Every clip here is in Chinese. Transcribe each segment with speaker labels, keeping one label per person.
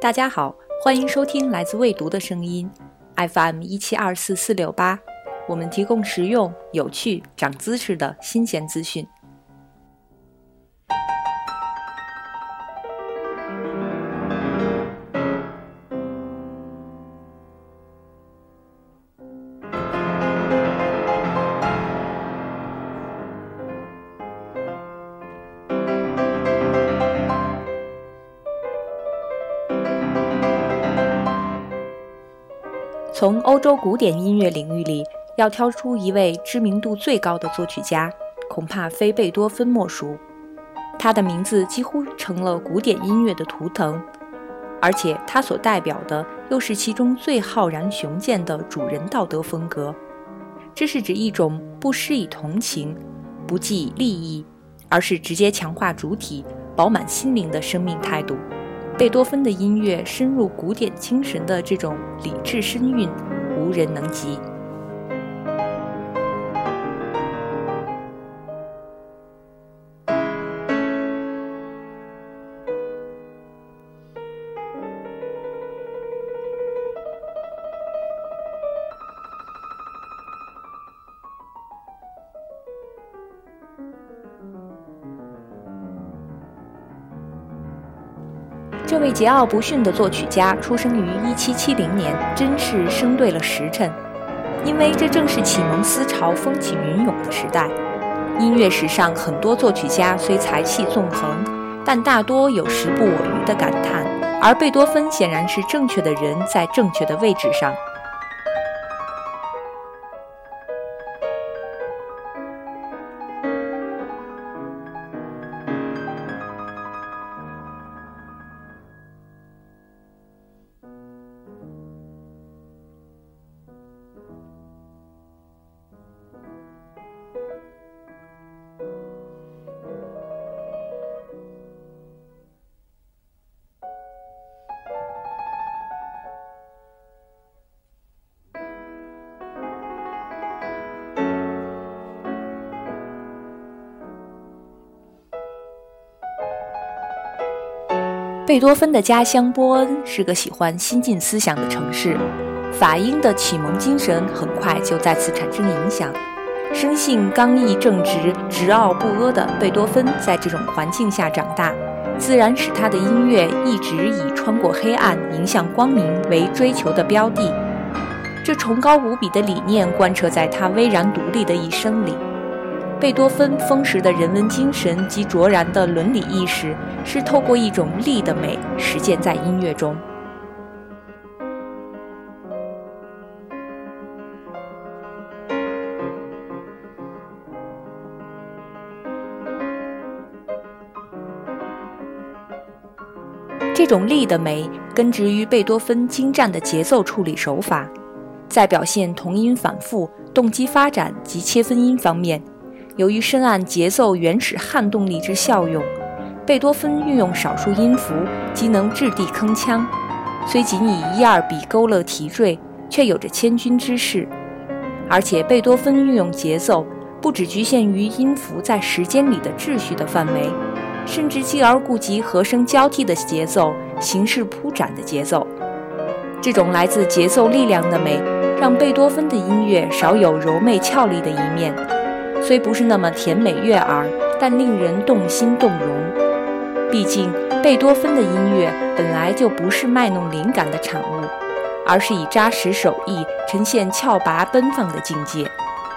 Speaker 1: 大家好，欢迎收听来自未读的声音 FM1724468，我们提供实用、有趣、长知识的新鲜资讯。从欧洲古典音乐领域里，要挑出一位知名度最高的作曲家，恐怕非贝多芬莫属。他的名字几乎成了古典音乐的图腾，而且他所代表的又是其中最浩然雄健的主人道德风格。这是指一种不施以同情，不计以利益，而是直接强化主体、饱满心灵的生命态度。贝多芬的音乐深入古典精神的这种理智深蕴，无人能及。这位桀骜不驯的作曲家出生于1770年，真是生对了时辰，因为这正是启蒙思潮风起云涌的时代。音乐史上很多作曲家虽才气纵横，但大多有时不我予的感叹，而贝多芬显然是正确的人在正确的位置上。贝多芬的家乡波恩是个喜欢新进思想的城市，法英的启蒙精神很快就在此产生影响。生性刚毅正直、直傲不阿的贝多芬在这种环境下长大，自然使他的音乐一直以穿过黑暗迎向光明为追求的标的。这崇高无比的理念贯彻在他巍然独立的一生里。贝多芬丰实的人文精神及卓然的伦理意识，是透过一种力的美实践在音乐中。这种力的美根植于贝多芬精湛的节奏处理手法，在表现同音反复、动机发展及切分音方面，由于深谙节奏原始撼动力之效用，贝多芬运用少数音符即能掷地铿锵，虽仅以一二笔勾勒题缀，却有着千钧之势。而且贝多芬运用节奏不只局限于音符在时间里的秩序的范围，甚至继而顾及和声交替的节奏、形式铺展的节奏。这种来自节奏力量的美，让贝多芬的音乐少有柔媚俏丽的一面，虽不是那么甜美悦耳，但令人动心动容。毕竟贝多芬的音乐本来就不是卖弄灵感的产物，而是以扎实手艺呈现峭拔奔放的境界。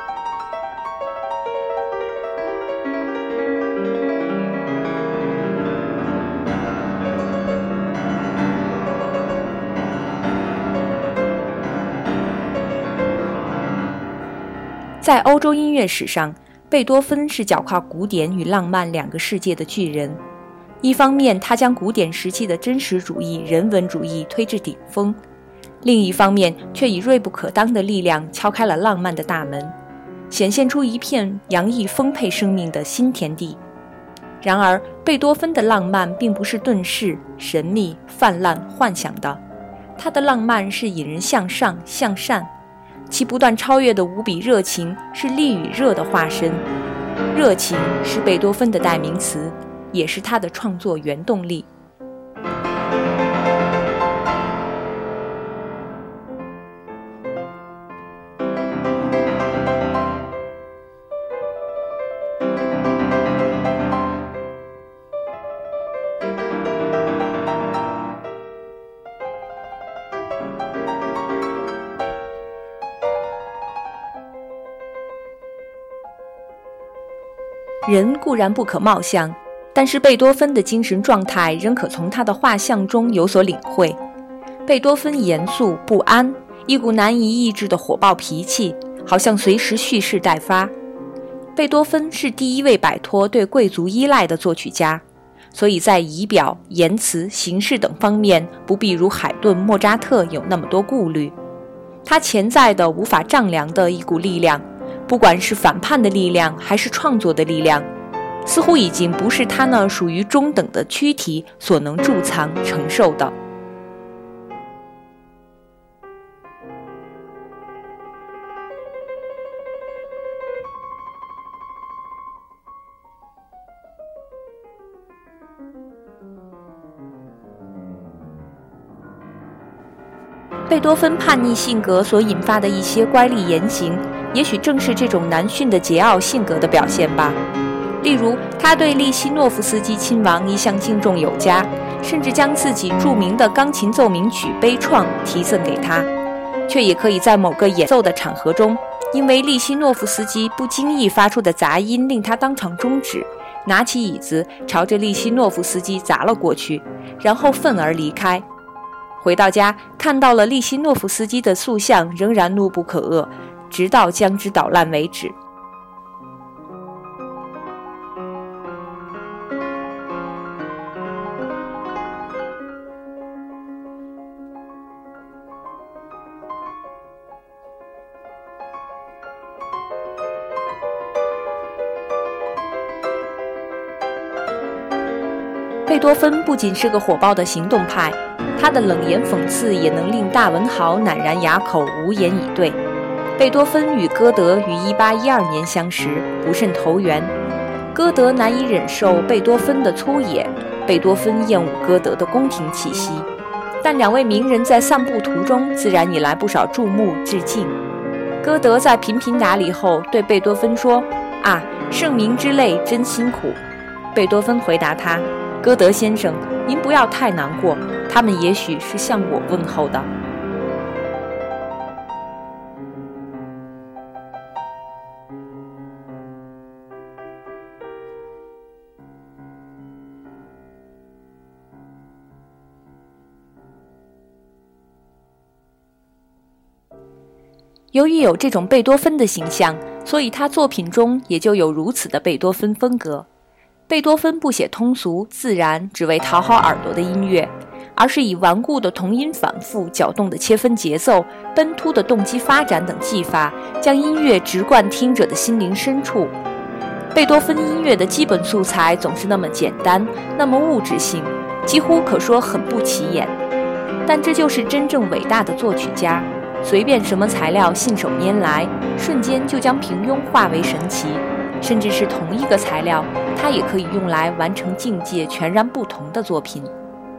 Speaker 1: 在欧洲音乐史上，贝多芬是脚跨古典与浪漫两个世界的巨人。一方面，他将古典时期的真实主义、人文主义推至顶峰；另一方面，却以锐不可当的力量敲开了浪漫的大门，显现出一片洋溢丰沛生命的新天地。然而，贝多芬的浪漫并不是遁世、神秘、泛滥、幻想的，他的浪漫是引人向上、向善。其不断超越的无比热情是力与热的化身，热情是贝多芬的代名词，也是他的创作原动力。 人固然不可貌相，但是贝多芬的精神状态仍可从他的画像中有所领会。贝多芬严肃不安，一股难以抑制的火爆脾气，好像随时蓄势待发。贝多芬是第一位摆脱对贵族依赖的作曲家，所以在仪表、言辞、形式等方面不必如海顿、莫扎特有那么多顾虑。他潜在的无法丈量的一股力量，不管是反叛的力量还是创作的力量，似乎已经不是他那属于中等的躯体所能贮藏承受的。贝多芬叛逆性格所引发的一些乖戾言行，也许正是这种难驯的桀骜性格的表现吧。例如，他对利希诺夫斯基亲王一向敬重有加，甚至将自己著名的钢琴奏鸣曲《悲怆》题赠给他，却也可以在某个演奏的场合中，因为利希诺夫斯基不经意发出的杂音令他当场终止，拿起椅子朝着利希诺夫斯基砸了过去，然后愤而离开。回到家，看到了利希诺夫斯基的塑像，仍然怒不可遏，直到将之捣烂为止。贝多芬不仅是个火爆的行动派，他的冷言讽刺也能令大文豪赧然哑口，无言以对。贝多芬与歌德于1812年相识，不甚投缘。歌德难以忍受贝多芬的粗野，贝多芬厌恶歌德的宫廷气息。但两位名人在散步途中自然引来不少注目致敬。歌德在频频打理后对贝多芬说：“啊，盛名之累真辛苦。”贝多芬回答他：“歌德先生，您不要太难过，他们也许是向我问候的。”由于有这种贝多芬的形象，所以他作品中也就有如此的贝多芬风格。贝多芬不写通俗自然只为讨好耳朵的音乐，而是以顽固的同音反复、搅动的切分节奏、奔突的动机发展等技法，将音乐直贯听者的心灵深处。贝多芬音乐的基本素材总是那么简单，那么物质性，几乎可说很不起眼。但这就是真正伟大的作曲家，随便什么材料信手拈来，瞬间就将平庸化为神奇。甚至是同一个材料，它也可以用来完成境界全然不同的作品。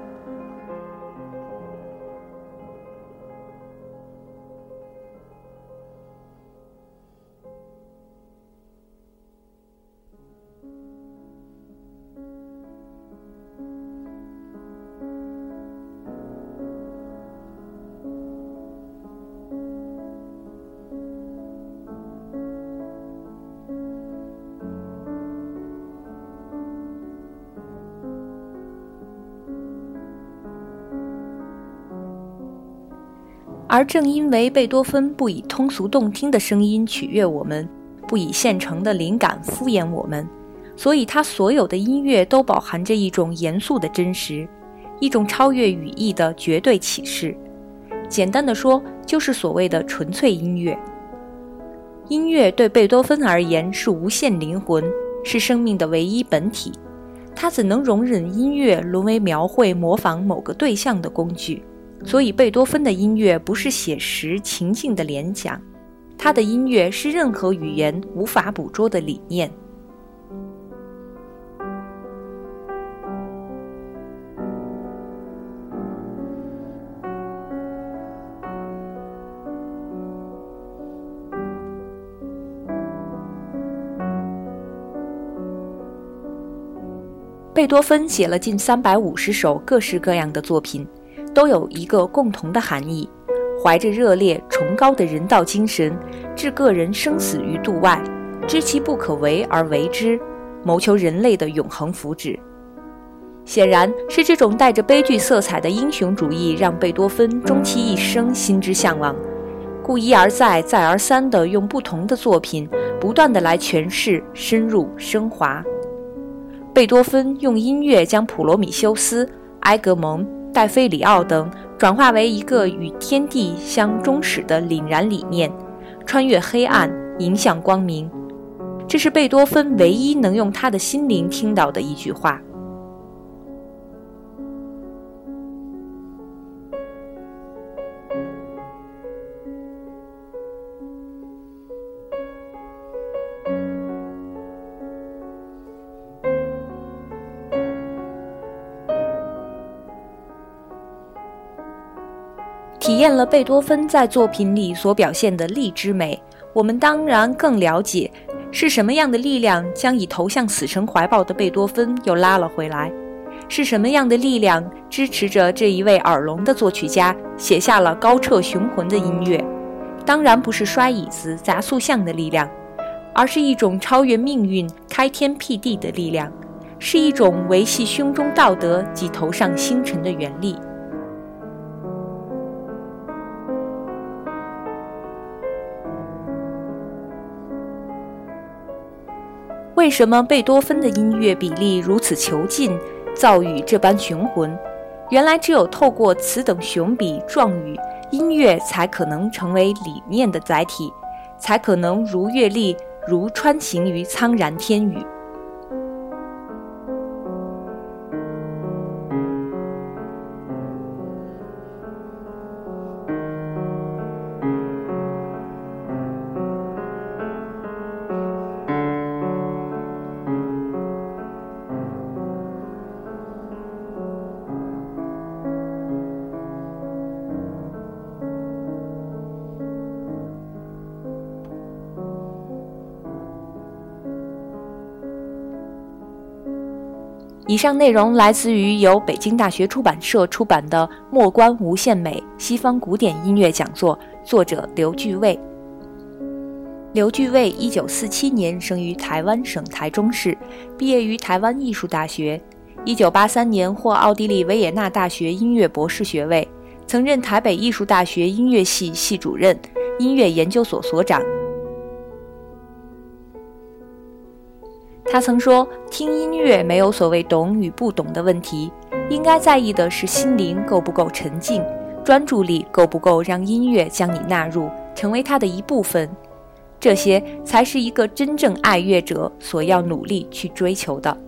Speaker 1: 而正因为贝多芬不以通俗动听的声音取悦我们，不以现成的灵感敷衍我们，所以他所有的音乐都饱含着一种严肃的真实，一种超越语义的绝对启示。简单的说，就是所谓的纯粹音乐。音乐对贝多芬而言是无限灵魂，是生命的唯一本体。他怎能容忍音乐沦为描绘模仿某个对象的工具？所以贝多芬的音乐不是写实情境的联讲，他的音乐是任何语言无法捕捉的理念。贝多芬写了近350首各式各样的作品，都有一个共同的含义，怀着热烈崇高的人道精神，置个人生死于度外，知其不可为而为之， 谋求人类的永恒福祉。显然是这种带着悲剧色彩的英雄主义让贝多芬终其一生心之向往，故一而再再而三地用不同的作品不断地来诠释、深入、升华。贝多芬用音乐将普罗米修斯、埃格蒙、戴菲里奥等转化为一个与天地相忠始的凛然理念，穿越黑暗，迎向光明。这是贝多芬唯一能用他的心灵听到的一句话。体验了贝多芬在作品里所表现的力之美，我们当然更了解是什么样的力量将已投向死神怀抱的贝多芬又拉了回来，是什么样的力量支持着这一位耳聋的作曲家写下了高彻雄浑的音乐。当然不是摔椅子砸塑像的力量，而是一种超越命运开天辟地的力量，是一种维系胸中道德及头上星辰的原力。为什么贝多芬的音乐比例如此遒劲，造语这般雄浑？原来只有透过此等雄比壮语，音乐才可能成为理念的载体，才可能如阅历，如穿行于苍然天宇。以上内容来自于由北京大学出版社出版的《莫观无限美：西方古典音乐讲座》，作者刘巨卫。刘巨卫1947年生于台湾省台中市，毕业于台湾艺术大学。1983年获奥地利维也纳大学音乐博士学位，曾任台北艺术大学音乐系系主任、音乐研究所所长。他曾说，听音乐没有所谓懂与不懂的问题，应该在意的是心灵够不够沉静，专注力够不够让音乐将你纳入，成为它的一部分。这些才是一个真正爱乐者所要努力去追求的。